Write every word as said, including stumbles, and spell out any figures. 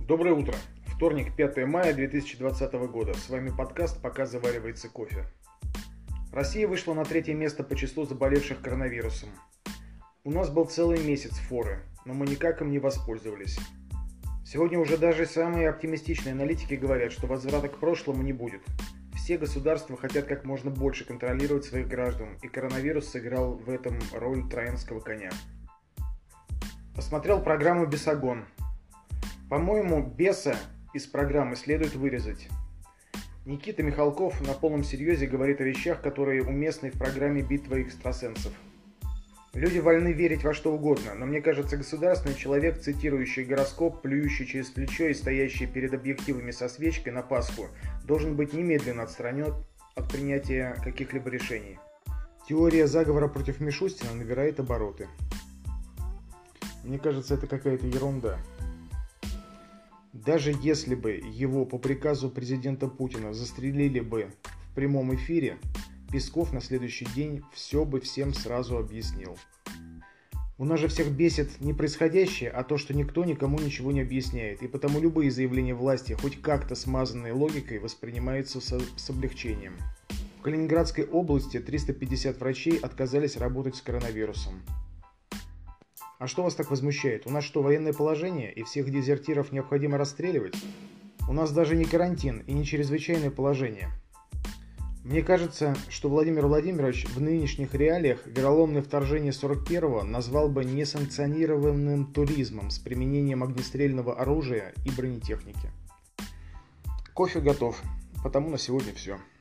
Доброе утро. Вторник, пятое мая две тысячи двадцатого года. С вами подкаст «Пока заваривается кофе». Россия вышла на третье место по числу заболевших коронавирусом. У нас был целый месяц форы, но мы никак им не воспользовались. Сегодня уже даже самые оптимистичные аналитики говорят, что возврата к прошлому не будет. Все государства хотят как можно больше контролировать своих граждан, и коронавирус сыграл в этом роль троянского коня. Посмотрел программу «Бесогон». По-моему, беса из программы следует вырезать. Никита Михалков на полном серьезе говорит о вещах, которые уместны в программе «Битва экстрасенсов». Люди вольны верить во что угодно, но мне кажется, государственный человек, цитирующий гороскоп, плюющий через плечо и стоящий перед объективами со свечкой на Пасху, должен быть немедленно отстранен от принятия каких-либо решений. Теория заговора против Мишустина набирает обороты. Мне кажется, это какая-то ерунда. Даже если бы его по приказу президента Путина застрелили бы в прямом эфире, Песков на следующий день все бы всем сразу объяснил. У нас же всех бесит не происходящее, а то, что никто никому ничего не объясняет, и потому любые заявления власти, хоть как-то смазанные логикой, воспринимаются с, с облегчением. В Калининградской области триста пятьдесят врачей отказались работать с коронавирусом. А что вас так возмущает? У нас что, военное положение, и всех дезертиров необходимо расстреливать? У нас даже не карантин и не чрезвычайное положение. Мне кажется, что Владимир Владимирович в нынешних реалиях вероломное вторжение сорок первого назвал бы несанкционированным туризмом с применением огнестрельного оружия и бронетехники. Кофе готов, потому на сегодня все.